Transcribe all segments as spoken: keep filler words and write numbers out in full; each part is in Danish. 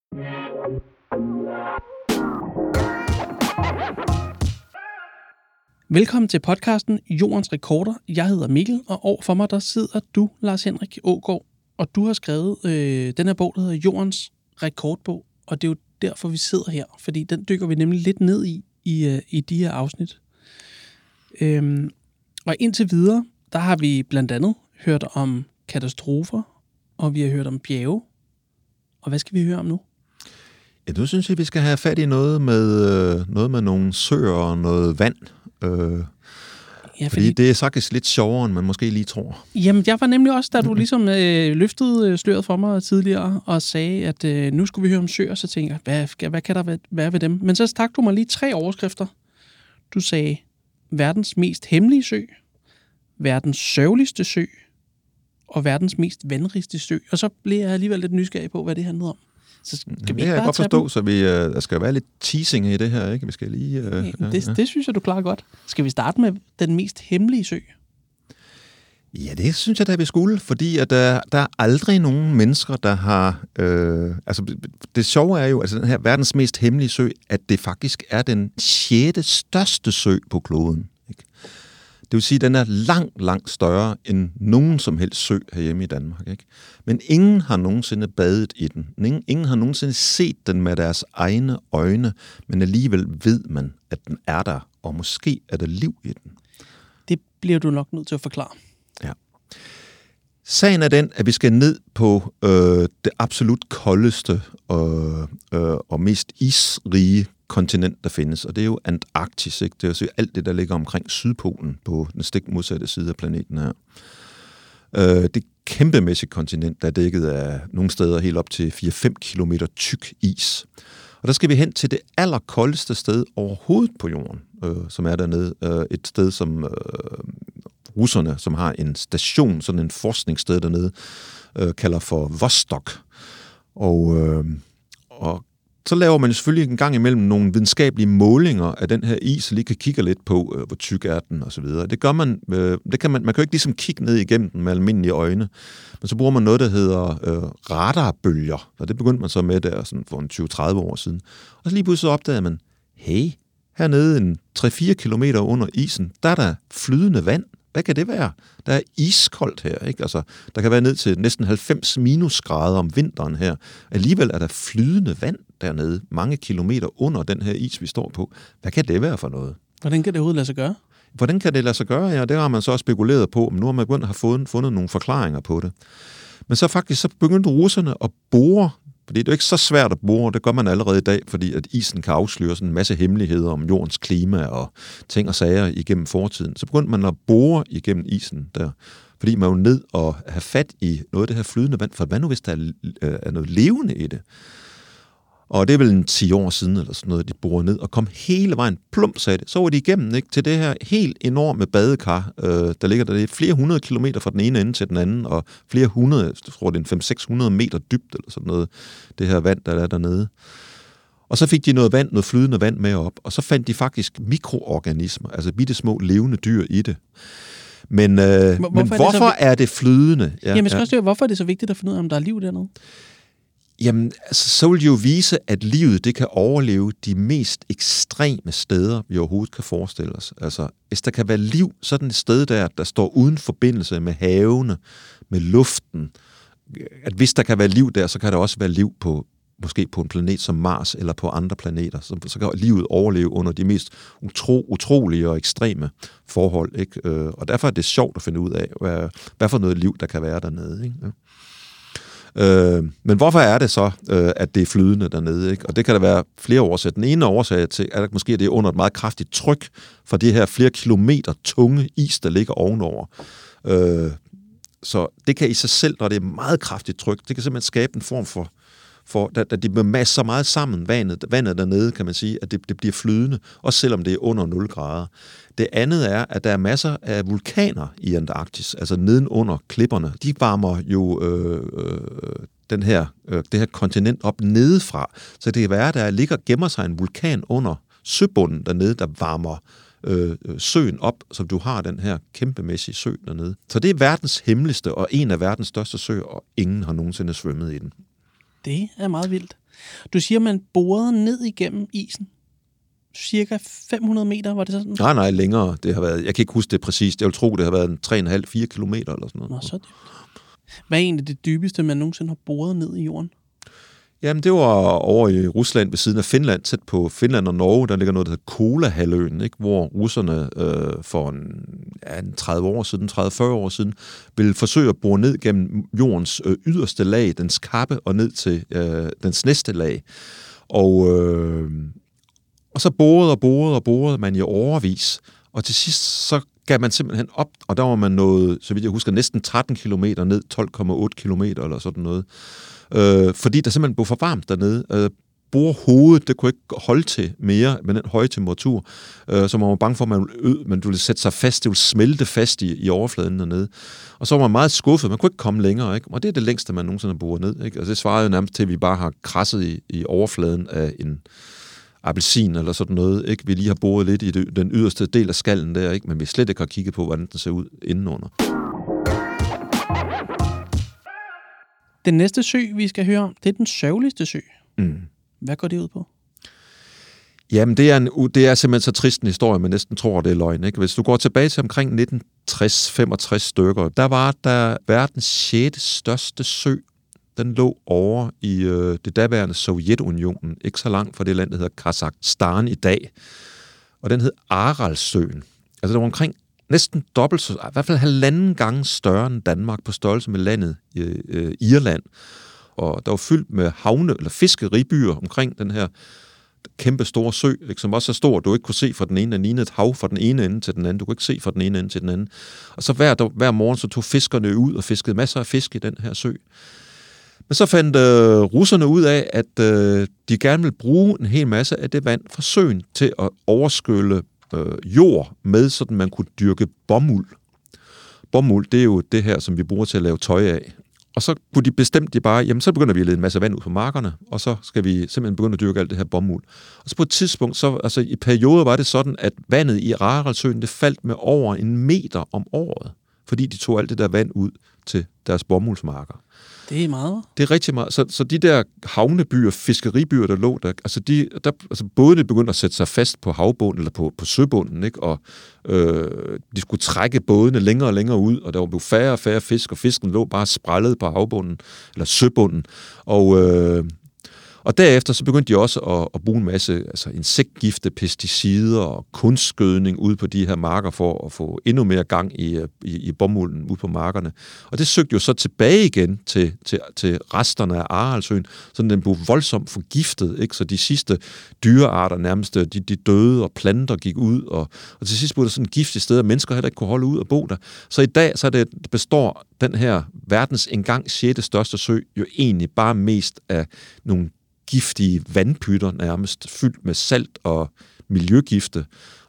Velkommen til podcasten Jordens Rekorder. Jeg hedder Mikkel, og overfor mig der sidder du, Lars Henrik Aagaard, og du har skrevet øh, den her bog, der hedder Jordens Rekordbog, og det er jo derfor, vi sidder her, fordi den dykker vi nemlig lidt ned i, i, øh, i de her afsnit. Øhm, og indtil videre, der har vi blandt andet hørt om katastrofer, og vi har hørt om bjerge. Og hvad skal vi høre om nu? Ja, nu synes jeg, vi skal have fat i noget med, øh, noget med nogle søer og noget vand. Øh, ja, fordi, fordi det er faktisk lidt sjovere, end man måske lige tror. Jamen, jeg var nemlig også, da du ligesom øh, løftede sløret for mig tidligere og sagde, at øh, nu skulle vi høre om søer, så tænkte jeg, hvad, hvad kan der være ved dem? Men så stak du mig lige tre overskrifter. Du sagde, verdens mest hemmelige sø, verdens sørgeligste sø og verdens mest vandrigste sø. Og så blev jeg alligevel lidt nysgerrig på, hvad det handlede om. Så skal det vi kan jeg godt forstå, dem? så vi, uh, der skal være lidt teasing i det her, ikke? Vi skal lige... Uh, okay, ja, det, ja. det synes jeg, du klarer godt. Skal vi starte med den mest hemmelige sø? Ja, det synes jeg, da vi skulle, fordi at der, der er aldrig nogen mennesker, der har... Øh, altså, det sjove er jo, at altså, den her verdens mest hemmelige sø, at det faktisk er den sjette største sø på kloden. Ikke? Det vil sige, at den er langt, langt større end nogen som helst sø herhjemme i Danmark. Ikke? Men ingen har nogensinde badet i den. Ingen, ingen har nogensinde set den med deres egne øjne, men alligevel ved man, at den er der, og måske er der liv i den. Det bliver du nok nødt til at forklare. Ja. Sagen er den, at vi skal ned på øh, det absolut koldeste og, øh, og mest isrige kontinent, der findes, og det er jo Antarktis, ikke? Det er jo alt det, der ligger omkring Sydpolen på den stik modsatte side af planeten her. Øh, det kæmpemæssige kontinent, der er dækket af nogle steder helt op til fire til fem kilometer tyk is. Og der skal vi hen til det allerkoldeste sted overhovedet på jorden, øh, som er dernede. Øh, et sted, som øh, russerne, som har en station, sådan en forskningssted dernede, øh, kalder for Vostok. Og, øh, og så laver man selvfølgelig en gang imellem nogle videnskabelige målinger af den her is, så lige kan kigge lidt på, øh, hvor tyk er den og så videre. Det gør man, øh, det kan man, man kan jo ikke ligesom kigge ned igennem den med almindelige øjne, men så bruger man noget, der hedder øh, radarbølger, og det begyndte man så med der sådan for en tyve til tredive år siden. Og så lige pludselig opdagede man, hey, hernede en tre til fire kilometer under isen, der er der flydende vand. Hvad kan det være? Der er iskoldt her, ikke? Altså, der kan være ned til næsten halvfems minusgrader om vinteren her. Alligevel er der flydende vand dernede, mange kilometer under den her is, vi står på. Hvad kan det være for noget? Hvordan kan det overhovedet lade sig gøre? Hvordan kan det lade sig gøre? Ja, det har man så spekuleret på, men nu har man begyndt at have fundet, fundet nogle forklaringer på det. Men så faktisk så begyndte russerne at bore, fordi det er jo ikke så svært at bore, det gør man allerede i dag, fordi at isen kan afsløre sådan en masse hemmeligheder om jordens klima og ting og sager igennem fortiden. Så begyndte man at bore igennem isen der, fordi man jo ned og have fat i noget af det her flydende vand, for hvad nu hvis der er noget levende i det? Og det er vel en ti år siden, eller sådan noget, de borede ned og kom hele vejen, plump sagde det. Så var de igennem, ikke, til det her helt enorme badekar, øh, der ligger der det er flere hundrede kilometer fra den ene ende til den anden, og flere hundrede, jeg tror det er en fem til seks hundrede meter dybt, eller sådan noget, det her vand, der er dernede. Og så fik de noget vand, noget flydende vand med op, og så fandt de faktisk mikroorganismer, altså bitte små levende dyr i det. Men, øh, hvorfor, men er, hvorfor det så... er det flydende? Ja, Jamen, jeg skal ja. også spørge, hvorfor er det så vigtigt at finde ud af, om der er liv dernede? Jamen, altså, så vil de jo vise, at livet det kan overleve de mest ekstreme steder, vi overhovedet kan forestille os. Altså, hvis der kan være liv, sådan et sted der, der står uden forbindelse med havene, med luften, at hvis der kan være liv der, så kan der også være liv på, måske på en planet som Mars, eller på andre planeter. Så, så kan livet overleve under de mest utro, utrolige og ekstreme forhold, ikke? Og derfor er det sjovt at finde ud af, hvad, hvad for noget liv, der kan være dernede, ikke? Ja. Øh, men hvorfor er det så, øh, at det er flydende dernede? Ikke? Og det kan der være flere årsager. Den ene årsag til, er at måske det er under et meget kraftigt tryk fra det her flere kilometer tunge is, der ligger ovenover. Øh, så det kan i sig selv, når det er meget kraftigt tryk, det kan simpelthen skabe en form for, for at de masser så meget sammen, vandet, vandet dernede, kan man sige, at det, det bliver flydende, også selvom det er under nul grader. Det andet er, at der er masser af vulkaner i Antarktis, altså nedenunder klipperne. De varmer jo øh, øh, den her, øh, det her kontinent op nedefra. Så det kan være, at der ligger gemmer sig en vulkan under søbunden dernede, der varmer øh, søen op, så du har den her kæmpemæssige sø dernede. Så det er verdens hemmeligste og en af verdens største søer, og ingen har nogensinde svømmet i den. Det er meget vildt. Du siger, man borede ned igennem isen. Cirka fem hundrede meter, var det sådan? Nej, nej, længere. Det har været, jeg kan ikke huske det præcist. Jeg vil tro, det har været tre komma fem til fire kilometer eller sådan noget. Nå, så dybt. Hvad er egentlig det dybeste, man nogensinde har boret ned i jorden? Jamen, det var over i Rusland ved siden af Finland, tæt på Finland og Norge. Der ligger noget, der hedder Kolahalvøen, ikke? Hvor russerne øh, for en, ja, en tredive år siden, tredive til fyrre år siden, ville forsøge at bore ned gennem jordens øh, yderste lag, dens kappe, og ned til øh, dens næste lag. Og, øh, og så borede og borede og borede man i årevis. Og til sidst så gav man simpelthen op, og der var man nået, så vidt jeg husker, næsten tretten kilometer ned, tolv komma otte kilometer eller sådan noget. Øh, fordi der simpelthen blev for varmt dernede. Øh, Borehovedet, det kunne ikke holde til mere med den høje temperatur, øh, så man var bange for, at man ville, man ville sætte sig fast, det ville smelte fast i, i overfladen dernede. Og så var man meget skuffet, man kunne ikke komme længere, ikke? Og det er det længste, man nogensinde har boret ned, ikke? Altså det svarede jo nærmest til, at vi bare har krasset i, i overfladen af en appelsin eller sådan noget, ikke? Vi lige har boret lidt i det, den yderste del af skallen der, ikke? Men vi slet ikke har kigget på, hvordan den ser ud indenunder. Den næste sø, vi skal høre om, det er den sørgeligste sø. Mm. Hvad går det ud på? Jamen, det er, en, det er simpelthen så trist en historie, man næsten tror, det er løgn, ikke? Hvis du går tilbage til omkring nitten tres til femogtres stykker, der var der verdens sjette største sø. Den lå over i øh, det daværende Sovjetunionen, ikke så langt fra det land, der hedder Kazakhstan i dag. Og den hed Aralsøen. Altså, det var omkring næsten dobbelt så, i hvert fald halvanden gange større end Danmark på størrelse med landet øh, Irland. Og der var fyldt med havne- eller fiskeribyer omkring den her kæmpe store sø, ikke, som også er stor, du ikke kunne se fra den ene, den lignede et hav fra den ene ende til den anden, du kunne ikke se fra den ene ende til den anden. Og så hver, hver morgen så tog fiskerne ud og fiskede masser af fisk i den her sø. Men så fandt øh, russerne ud af, at øh, de gerne ville bruge en hel masse af det vand fra søen til at overskylle øh, jord med, så man kunne dyrke bomuld. Bomuld, det er jo det her, som vi bruger til at lave tøj af. Og så kunne de bestemt de bare, jamen så begynder vi at lede en masse vand ud på markerne, og så skal vi simpelthen begynde at dyrke alt det her bomuld. Og så på et tidspunkt, så, altså i perioder var det sådan, at vandet i Aralsøen, det faldt med over en meter om året, fordi de tog alt det der vand ud til deres bomuldsmarker. Det er meget. Det er rigtig meget. Så, så de der havnebyer, fiskeribyer, der lå der, altså, de, der, altså bådene begyndte at sætte sig fast på havbunden, eller på, på søbunden, ikke? Og øh, de skulle trække bådene længere og længere ud, og der var blevet færre og færre fisk, og fisken lå bare sprællet på havbunden, eller søbunden. Og, øh, og derefter så begyndte de også at, at bruge en masse altså insektgifte, pesticider og kunstgødning ude på de her marker for at få endnu mere gang i, i, i bomulden ude på markerne. Og det søgte jo så tilbage igen til, til, til resterne af Aralsøen, så den blev voldsomt forgiftet, ikke? Så de sidste dyrearter nærmest, de, de døde, og planter gik ud, og, og til sidst blev der sådan en giftig sted, at mennesker heller ikke kunne holde ud og bo der. Så i dag så er det, består den her verdens engang sjette største sø jo egentlig bare mest af nogle giftige vandpytter nærmest, fyldt med salt og miljøgifte,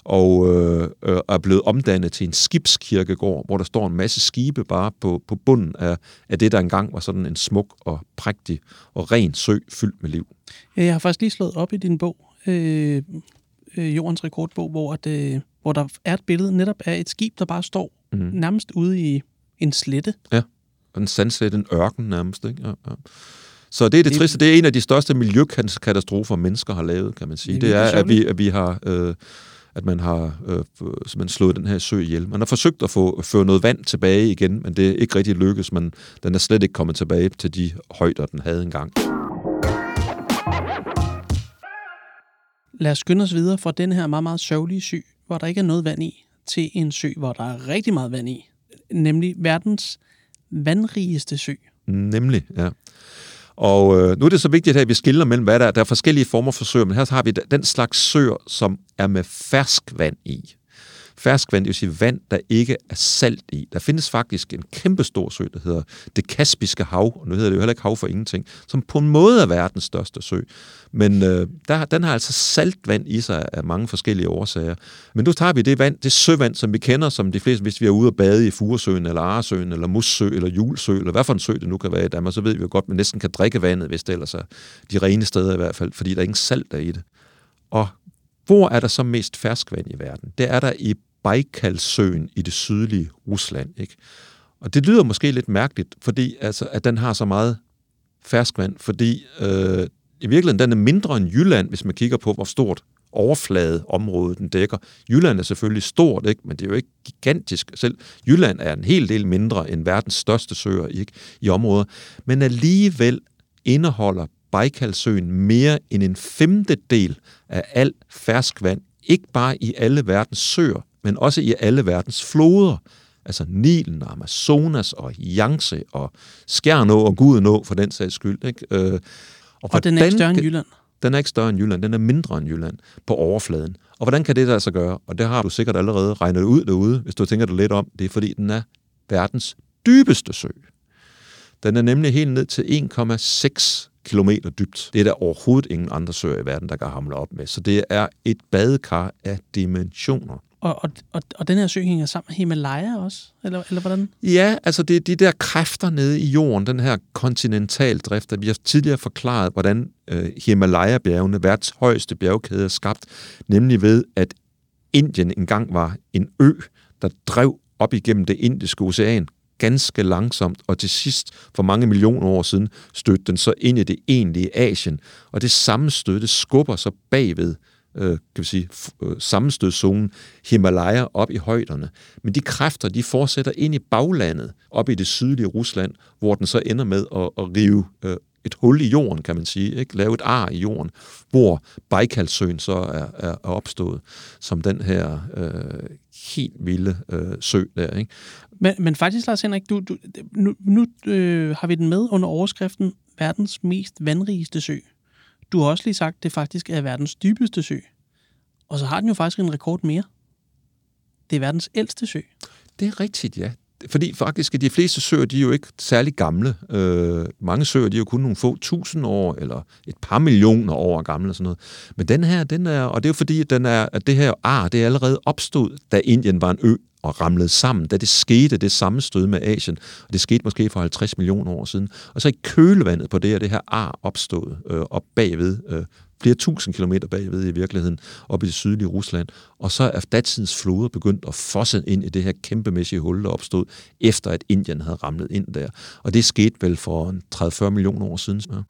og øh, øh, er blevet omdannet til en skibskirkegård, hvor der står en masse skibe bare på, på bunden af, af det, der engang var sådan en smuk og prægtig og ren sø fyldt med liv. Ja, jeg har faktisk lige slået op i din bog, øh, øh, Jordens rekordbog, hvor, at, øh, hvor der er et billede netop af et skib, der bare står mm. nærmest ude i en slette. Ja, en sandslet, en ørken nærmest, ikke? Ja, ja. Så det er det, det triste. Det er en af de største miljøkatastrofer, mennesker har lavet, kan man sige. Det, det er, at vi, at vi har, øh, at man har øh, man slået den her sø ihjel. Man har forsøgt at få føre noget vand tilbage igen, men det er ikke rigtig lykkes. Men den er slet ikke kommet tilbage til de højder, den havde engang. Lad os skynde os videre fra den her meget, meget sørgelige sø, hvor der ikke er noget vand i, til en sø, hvor der er rigtig meget vand i. Nemlig verdens vandrigeste sø. Nemlig, ja. Og øh, nu er det så vigtigt, at vi skiller mellem, hvad der er. Der er forskellige former for søer, men her har vi den slags søer, som er med ferskvand i. Ferskvand, det vil sige vand, der ikke er salt i. Der findes faktisk en kæmpe stor sø, der hedder det Kaspiske Hav, og nu hedder det jo heller ikke hav for ingenting, som på en måde er verdens største sø. Men øh, der, den har altså saltvand i sig af mange forskellige årsager. Men nu tager vi det vand, det søvand, som vi kender, som de fleste, hvis vi er ude og bade i Furesøen, eller Arresøen, eller Mussø, eller Julsø, eller hvad for en sø det nu kan være i Danmark, så ved vi jo godt, at man næsten kan drikke vandet, hvis det ellers er de rene steder i hvert fald, fordi der er ingen salt der i det. Og hvor er der så mest ferskvand i verden? Det er der i Bajkalsøen i det sydlige Rusland, ikke? Og det lyder måske lidt mærkeligt, fordi altså, at den har så meget ferskvand, fordi øh, i virkeligheden den er mindre end Jylland, hvis man kigger på, hvor stort overfladeområde den dækker. Jylland er selvfølgelig stort, ikke? Men det er jo ikke gigantisk. Selv Jylland er en hel del mindre end verdens største søer, ikke? I områder. Men alligevel indeholder Bajkalsøen mere end en femtedel af al ferskvand, ikke bare i alle verdens søer, men også i alle verdens floder. Altså Nilen og Amazonas og Yangtze og Skjernå og Gudenå for den sags skyld. Ikke? Øh, og og den er ikke større end Jylland? Den er ikke større end Jylland, den er mindre end Jylland på overfladen. Og hvordan kan det der så gøre? Og det har du sikkert allerede regnet ud derude, hvis du tænker dig lidt om. Det er fordi, den er verdens dybeste sø. Den er nemlig helt ned til en komma seks kilometer dybt. Det er der overhovedet ingen andre søer i verden, der kan hamle op med. Så det er et badekar af dimensioner. Og, og, og, og den her sø hænger sammen med Himalaya også? Eller, eller hvordan? Ja, altså det er de der kræfter nede i jorden, den her kontinentaldrift. Vi har tidligere forklaret, hvordan øh, Himalaya-bjergene, verdens højeste bjergkæde, er skabt, nemlig ved, at Indien engang var en ø, der drev op igennem det Indiske Ocean ganske langsomt, og til sidst, for mange millioner år siden, stødte den så ind i det egentlige Asien. Og det sammenstød, det skubber så bagved, øh, kan vi sige, øh, sammenstødzonen Himalaya op i højderne. Men de kræfter, de fortsætter ind i baglandet, op i det sydlige Rusland, hvor den så ender med at, at rive øh, et hul i jorden, kan man sige, ikke? Lave et ar i jorden, hvor Bajkalsøen så er, er, er opstået, som den her øh, helt vilde øh, sø der, ikke? Men, men faktisk, Lars Henrik, du, du, nu, nu øh, har vi den med under overskriften verdens mest vandrigeste sø. Du har også lige sagt, at det faktisk er verdens dybeste sø. Og så har den jo faktisk en rekord mere. Det er verdens ældste sø. Det er rigtigt, ja. Fordi faktisk de fleste søer, de er jo ikke særlig gamle. Øh, mange søer, de er jo kun nogle få tusind år, eller et par millioner år gamle og sådan noget. Men den her, den er, og det er jo fordi, den er, at det her ar, det er allerede opstået, da Indien var en ø og ramlede sammen, da det skete, det sammenstød med Asien, og det skete måske for halvtreds millioner år siden. Og så i kølvandet på det, er det her ar opstået øh, op bagved, øh, flere tusind kilometer bagved i virkeligheden, op i det sydlige Rusland. Og så er datidens floder begyndt at fosse ind i det her kæmpemæssige hul, der opstod, efter at Indien havde ramlet ind der. Og det skete vel for tredive til fyrre millioner år siden. Ja.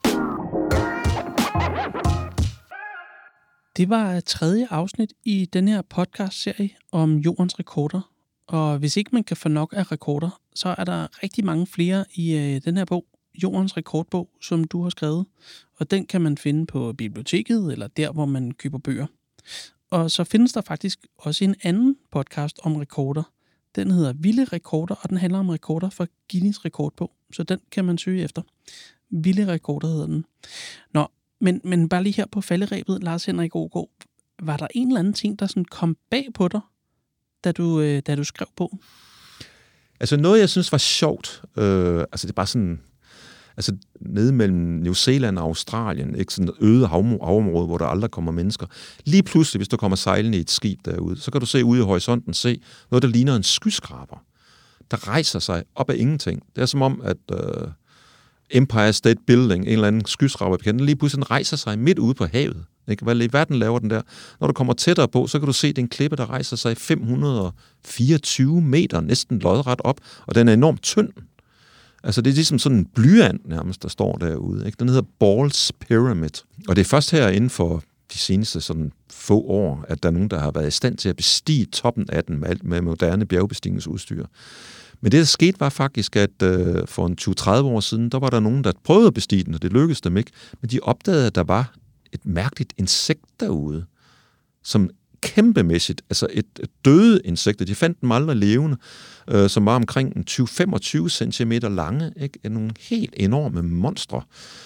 Det var tredje afsnit i den her podcast-serie om jordens rekorder. Og hvis ikke man kan få nok af rekorder, så er der rigtig mange flere i øh, den her bog, Jordens Rekordbog, som du har skrevet. Og den kan man finde på biblioteket, eller der, hvor man køber bøger. Og så findes der faktisk også en anden podcast om rekorder. Den hedder Vilde Rekorder, og den handler om rekorder fra Guinness Rekordbog. Så den kan man søge efter. Vilde Rekorder hedder den. Nå, men, men bare lige her på falderebet, Lars Henrik Aagaard, var der en eller anden ting, der sådan kom bag på dig, da du, øh, da du skrev på? Altså noget, jeg synes var sjovt, øh, altså det er bare sådan, altså nede mellem New Zealand og Australien, ikke sådan et øde havområde, hvor der aldrig kommer mennesker. Lige pludselig, hvis du kommer sejlende i et skib derude, så kan du se ude i horisonten, se noget, der ligner en skyskraber, der rejser sig op af ingenting. Det er som om, at øh, Empire State Building, en eller anden skyskraber, den lige pludselig rejser sig midt ude på havet. Ikke? Hvad i verden laver den der? Når du kommer tættere på, så kan du se, at det er en klippe, der rejser sig fem hundrede og fireogtyve meter, næsten lodret op, og den er enormt tynd. Altså, det er ligesom sådan en blyant nærmest, der står derude. Ikke? Den hedder Ball's Pyramid. Og det er først her inden for de seneste sådan få år, at der er nogen, der har været i stand til at bestige toppen af den med, alt, med moderne bjergbestigningsudstyr. Men det, der skete, var faktisk, at øh, for en tyve til tredive år siden, der var der nogen, der prøvede at bestige den, og det lykkedes dem ikke. Men de opdagede, at der var et mærkeligt insekt derude, som kæmpemæssigt, altså et, et døde insekt, de fandt dem aldrig levende, øh, som var omkring tyve til femogtyve centimeter lange, ikke? Nogle helt enorme monstre.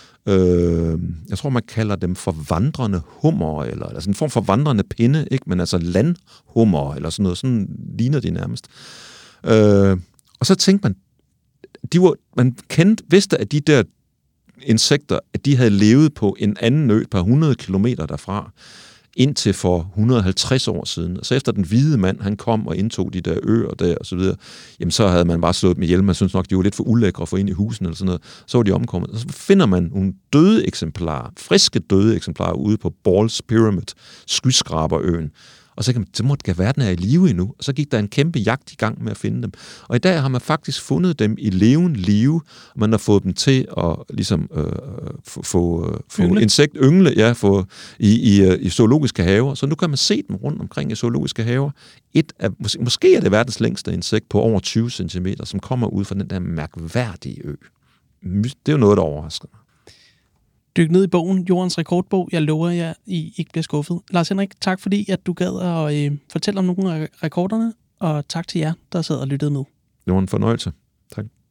Øh, jeg tror, man kalder dem for vandrende hummer, eller altså en form for vandrende pinde, ikke? Men altså landhummer, eller sådan noget, sådan ligner de nærmest. Øh, og så tænkte man, de var, man kendte, vidste, at de der insekter, at de havde levet på en anden ø et par hundrede kilometer derfra, indtil for et hundrede og halvtreds år siden. Så efter den hvide mand, han kom og indtog de der øer der og så videre, jamen så havde man bare slået dem ihjel. Man synes nok, de var lidt for ulækre at få ind i husene eller sådan noget. Så var de omkommet. Og så finder man nogle døde eksemplarer, friske døde eksemplarer ude på Ball's Pyramid, skyskraberøen. Og så kan man, så må det være, den er i live endnu. Og så gik der en kæmpe jagt i gang med at finde dem. Og i dag har man faktisk fundet dem i levende live, og man har fået dem til at ligesom øh, få, få, få insekt yngle, ja, få, i, i, i zoologiske haver. Så nu kan man se dem rundt omkring i zoologiske haver. Et af, måske, måske er det verdens længste insekt på over tyve centimeter, som kommer ud fra den der mærkværdige ø. Det er jo noget, der overrasker mig. Dyk ned i bogen, Jordens Rekordbog. Jeg lover jer, I ikke bliver skuffet. Lars Henrik, tak fordi, at du gad at øh, fortælle om nogle af rekorderne, og tak til jer, der sad og lyttede med. Det var en fornøjelse. Tak.